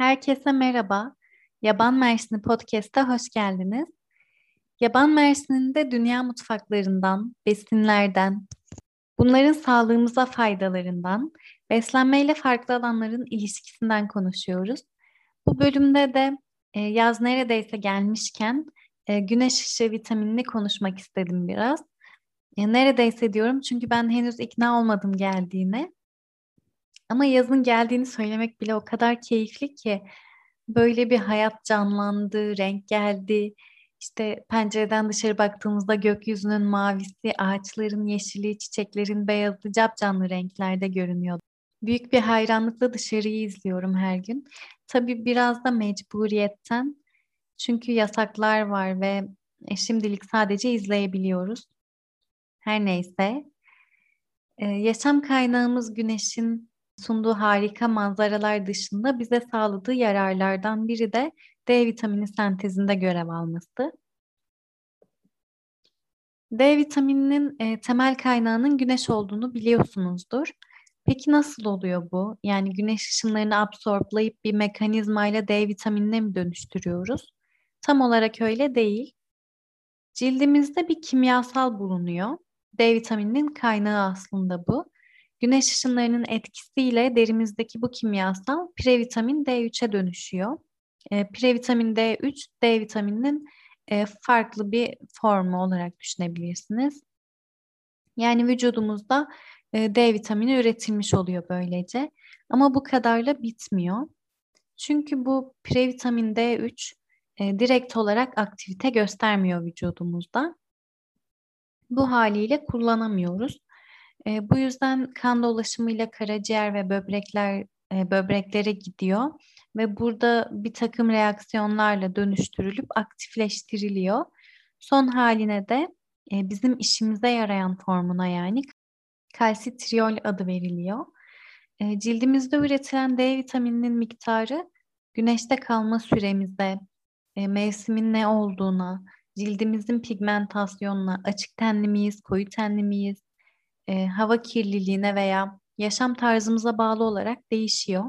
Herkese merhaba. Yaban Mersini Podcast'a hoş geldiniz. Yaban Mersin'inde dünya mutfaklarından, besinlerden, bunların sağlığımıza faydalarından, beslenmeyle farklı alanların ilişkisinden konuşuyoruz. Bu bölümde de yaz neredeyse gelmişken güneş ışığı vitaminini konuşmak istedim biraz. Neredeyse diyorum çünkü ben henüz ikna olmadım geldiğine. Ama yazın geldiğini söylemek bile o kadar keyifli ki böyle bir hayat canlandı, renk geldi. İşte pencereden dışarı baktığımızda gökyüzünün mavisi, ağaçların yeşili, çiçeklerin beyazı, capcanlı renklerde görünüyor. Büyük bir hayranlıkla dışarıyı izliyorum her gün. Tabii biraz da mecburiyetten çünkü yasaklar var ve şimdilik sadece izleyebiliyoruz. Her neyse. Yaşam kaynağımız güneşin sunduğu harika manzaralar dışında bize sağladığı yararlardan biri de D vitamini sentezinde görev alması. D vitamininin temel kaynağının güneş olduğunu biliyorsunuzdur. Peki nasıl oluyor bu? Yani güneş ışınlarını absorblayıp bir mekanizmayla D vitaminine mi dönüştürüyoruz? Tam olarak öyle değil. Cildimizde bir kimyasal bulunuyor. D vitamininin kaynağı aslında bu. Güneş ışınlarının etkisiyle derimizdeki bu kimyasal previtamin D3'e dönüşüyor. Previtamin D3, D vitamininin farklı bir formu olarak düşünebilirsiniz. Yani vücudumuzda D vitamini üretilmiş oluyor böylece. Ama bu kadarla bitmiyor. Çünkü bu previtamin D3 direkt olarak aktivite göstermiyor vücudumuzda. Bu haliyle kullanamıyoruz. Bu yüzden kan dolaşımıyla karaciğer ve böbreklere gidiyor ve burada bir takım reaksiyonlarla dönüştürülüp aktifleştiriliyor. Son haline de bizim işimize yarayan formuna yani kalsitriol adı veriliyor. Cildimizde üretilen D vitamininin miktarı güneşte kalma süremize, mevsimin ne olduğuna, cildimizin pigmentasyonuna, açık tenli miyiz, koyu tenli miyiz, hava kirliliğine veya yaşam tarzımıza bağlı olarak değişiyor.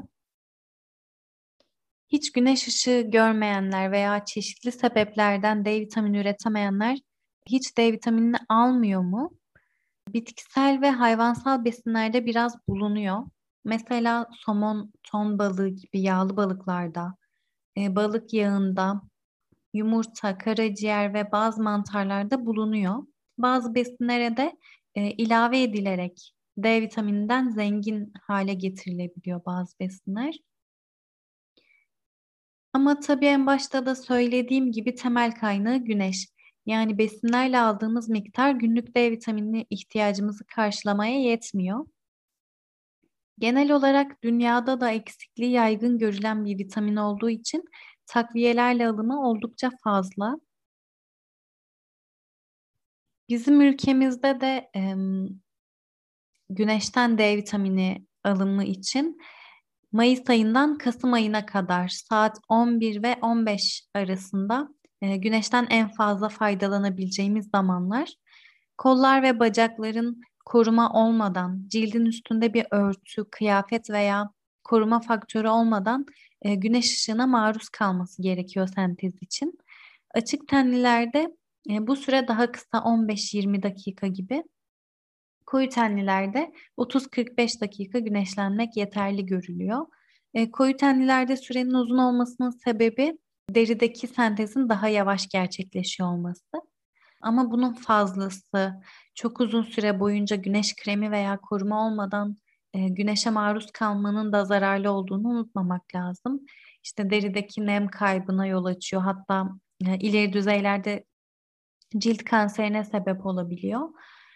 Hiç güneş ışığı görmeyenler veya çeşitli sebeplerden D vitamini üretemeyenler hiç D vitaminini almıyor mu? Bitkisel ve hayvansal besinlerde biraz bulunuyor. Mesela somon, ton balığı gibi yağlı balıklarda, balık yağında, yumurta, karaciğer ve bazı mantarlarda bulunuyor. Bazı besinlere de ilave edilerek D vitamininden zengin hale getirilebiliyor bazı besinler. Ama tabii en başta da söylediğim gibi temel kaynağı güneş. Yani besinlerle aldığımız miktar günlük D vitamini ihtiyacımızı karşılamaya yetmiyor. Genel olarak dünyada da eksikliği yaygın görülen bir vitamin olduğu için takviyelerle alımı oldukça fazla. Bizim ülkemizde de güneşten D vitamini alımı için Mayıs ayından Kasım ayına kadar saat 11 ve 15 arasında güneşten en fazla faydalanabileceğimiz zamanlar. Kollar ve bacakların koruma olmadan, cildin üstünde bir örtü, kıyafet veya koruma faktörü olmadan güneş ışığına maruz kalması gerekiyor sentez için. Açık tenlilerde bu süre daha kısa 15-20 dakika gibi. Koyu tenlilerde 30-45 dakika güneşlenmek yeterli görülüyor. Koyu tenlilerde sürenin uzun olmasının sebebi derideki sentezin daha yavaş gerçekleşiyor olması. Ama bunun fazlası çok uzun süre boyunca güneş kremi veya koruma olmadan güneşe maruz kalmanın da zararlı olduğunu unutmamak lazım. İşte derideki nem kaybına yol açıyor. Hatta ileri düzeylerde cilt kanserine sebep olabiliyor.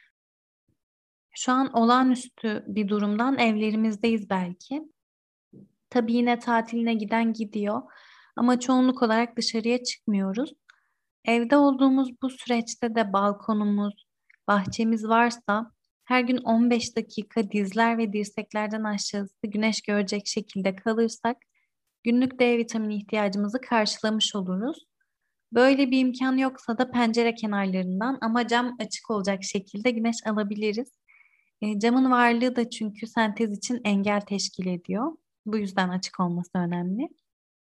Şu an olağanüstü bir durumdan evlerimizdeyiz belki. Tabii yine tatiline giden gidiyor ama çoğunluk olarak dışarıya çıkmıyoruz. Evde olduğumuz bu süreçte de balkonumuz, bahçemiz varsa her gün 15 dakika dizler ve dirseklerden aşağısı güneş görecek şekilde kalırsak günlük D vitamini ihtiyacımızı karşılamış oluruz. Böyle bir imkan yoksa da pencere kenarlarından ama cam açık olacak şekilde güneş alabiliriz. Camın varlığı da çünkü sentez için engel teşkil ediyor. Bu yüzden açık olması önemli.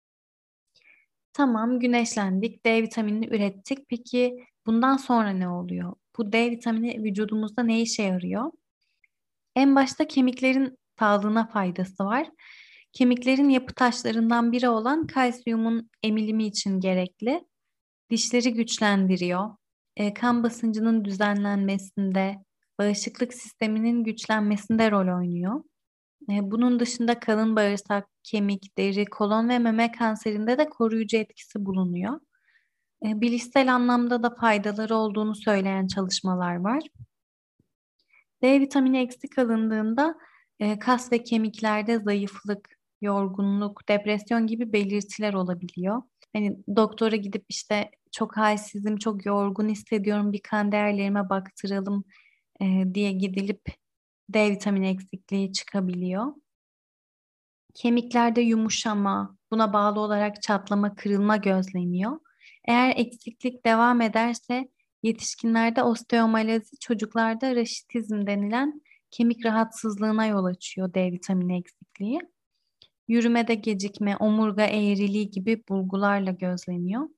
Tamam, güneşlendik, D vitaminini ürettik. Peki bundan sonra ne oluyor? Bu D vitamini vücudumuzda ne işe yarıyor? En başta kemiklerin sağlığına faydası var. Kemiklerin yapı taşlarından biri olan kalsiyumun emilimi için gerekli. Dişleri güçlendiriyor. Kan basıncının düzenlenmesinde, bağışıklık sisteminin güçlenmesinde rol oynuyor. Bunun dışında kalın bağırsak, kemik, deri, kolon ve meme kanserinde de koruyucu etkisi bulunuyor. Bilişsel anlamda da faydaları olduğunu söyleyen çalışmalar var. D vitamini eksik alındığında kas ve kemiklerde zayıflık, yorgunluk, depresyon gibi belirtiler olabiliyor. Hani doktora gidip işte çok halsizim, çok yorgun hissediyorum, bir kan değerlerime baktıralım diye gidilip D vitamini eksikliği çıkabiliyor. Kemiklerde yumuşama, buna bağlı olarak çatlama, kırılma gözleniyor. Eğer eksiklik devam ederse yetişkinlerde osteomalazi, çocuklarda raşitizm denilen kemik rahatsızlığına yol açıyor D vitamini eksikliği. Yürümede gecikme, omurga eğriliği gibi bulgularla gözleniyor.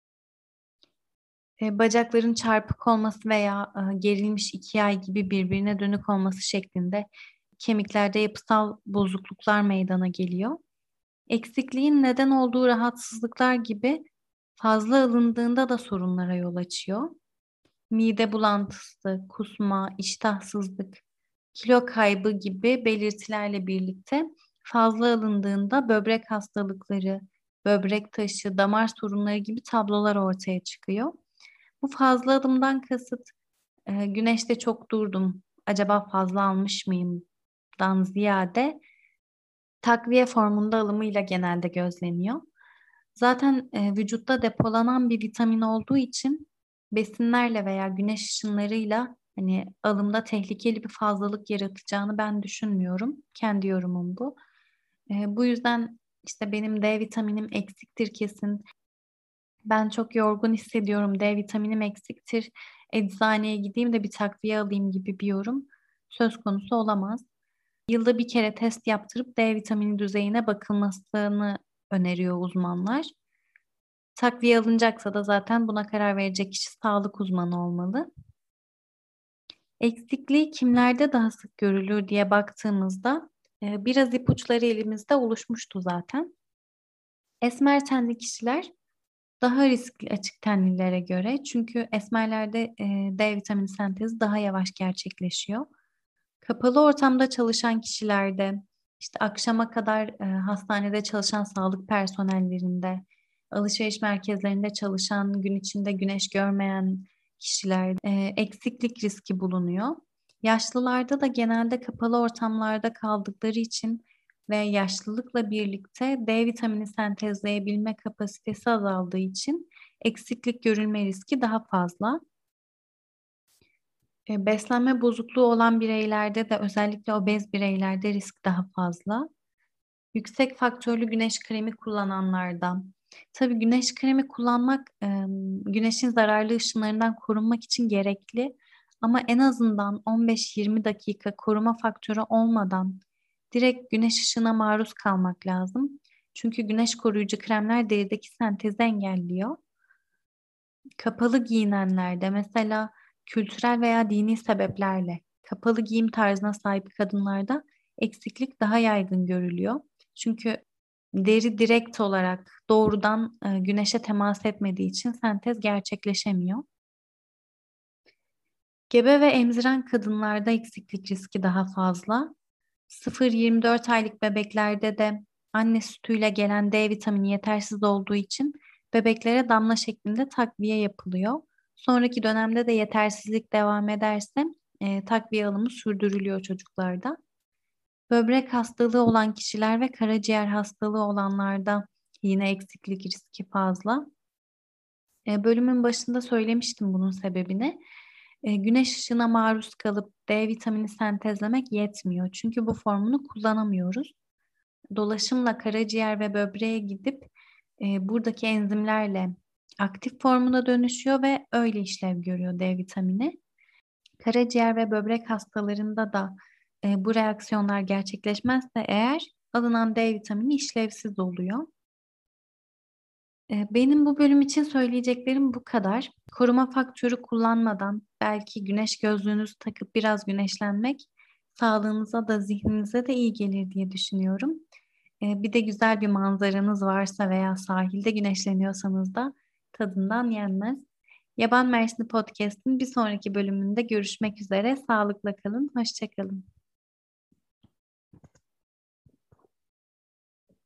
Bacakların çarpık olması veya gerilmiş iki ay gibi birbirine dönük olması şeklinde kemiklerde yapısal bozukluklar meydana geliyor. Eksikliğin neden olduğu rahatsızlıklar gibi fazla alındığında da sorunlara yol açıyor. Mide bulantısı, kusma, iştahsızlık, kilo kaybı gibi belirtilerle birlikte fazla alındığında böbrek hastalıkları, böbrek taşı, damar sorunları gibi tablolar ortaya çıkıyor. Bu fazla alımdan kasıt güneşte çok durdum, acaba fazla almış mıyımdan ziyade takviye formunda alımıyla genelde gözleniyor. Zaten vücutta depolanan bir vitamin olduğu için besinlerle veya güneş ışınlarıyla hani alımda tehlikeli bir fazlalık yaratacağını ben düşünmüyorum. Kendi yorumum bu. Bu yüzden işte benim D vitaminim eksiktir kesin. Ben çok yorgun hissediyorum. D vitaminim eksiktir. Eczaneye gideyim de bir takviye alayım gibi bir yorum söz konusu olamaz. Yılda bir kere test yaptırıp D vitamini düzeyine bakılmasını öneriyor uzmanlar. Takviye alınacaksa da zaten buna karar verecek kişi sağlık uzmanı olmalı. Eksikliği kimlerde daha sık görülür diye baktığımızda biraz ipuçları elimizde oluşmuştu zaten. Esmer tenli kişiler daha riskli açık tenlilere göre, çünkü esmerlerde D vitamini sentezi daha yavaş gerçekleşiyor. Kapalı ortamda çalışan kişilerde, işte akşama kadar hastanede çalışan sağlık personellerinde, alışveriş merkezlerinde çalışan, gün içinde güneş görmeyen kişilerde eksiklik riski bulunuyor. Yaşlılarda da genelde kapalı ortamlarda kaldıkları için ve yaşlılıkla birlikte D vitamini sentezleyebilme kapasitesi azaldığı için eksiklik görülme riski daha fazla. Beslenme bozukluğu olan bireylerde de özellikle obez bireylerde risk daha fazla. Yüksek faktörlü güneş kremi kullananlarda. Tabii güneş kremi kullanmak güneşin zararlı ışınlarından korunmak için gerekli. Ama en azından 15-20 dakika koruma faktörü olmadan direkt güneş ışığına maruz kalmak lazım. Çünkü güneş koruyucu kremler derideki sentezi engelliyor. Kapalı giyinenlerde mesela kültürel veya dini sebeplerle kapalı giyim tarzına sahip kadınlarda eksiklik daha yaygın görülüyor. Çünkü deri direkt olarak doğrudan güneşe temas etmediği için sentez gerçekleşemiyor. Gebe ve emziren kadınlarda eksiklik riski daha fazla. 0-24 aylık bebeklerde de anne sütüyle gelen D vitamini yetersiz olduğu için bebeklere damla şeklinde takviye yapılıyor. Sonraki dönemde de yetersizlik devam ederse takviye alımı sürdürülüyor çocuklarda. Böbrek hastalığı olan kişiler ve karaciğer hastalığı olanlarda yine eksiklik riski fazla. Bölümün başında söylemiştim bunun sebebini. Güneş ışığına maruz kalıp D vitamini sentezlemek yetmiyor. Çünkü bu formunu kullanamıyoruz. Dolaşımla karaciğer ve böbreğe gidip buradaki enzimlerle aktif formuna dönüşüyor ve öyle işlev görüyor D vitamini. Karaciğer ve böbrek hastalarında da bu reaksiyonlar gerçekleşmezse eğer alınan D vitamini işlevsiz oluyor. Benim bu bölüm için söyleyeceklerim bu kadar. Koruma faktörü kullanmadan belki güneş gözlüğünüzü takıp biraz güneşlenmek sağlığınıza da zihninize de iyi gelir diye düşünüyorum. Bir de güzel bir manzaranız varsa veya sahilde güneşleniyorsanız da tadından yenmez. Yaban Mersini Podcast'in bir sonraki bölümünde görüşmek üzere. Sağlıkla kalın, hoşça kalın.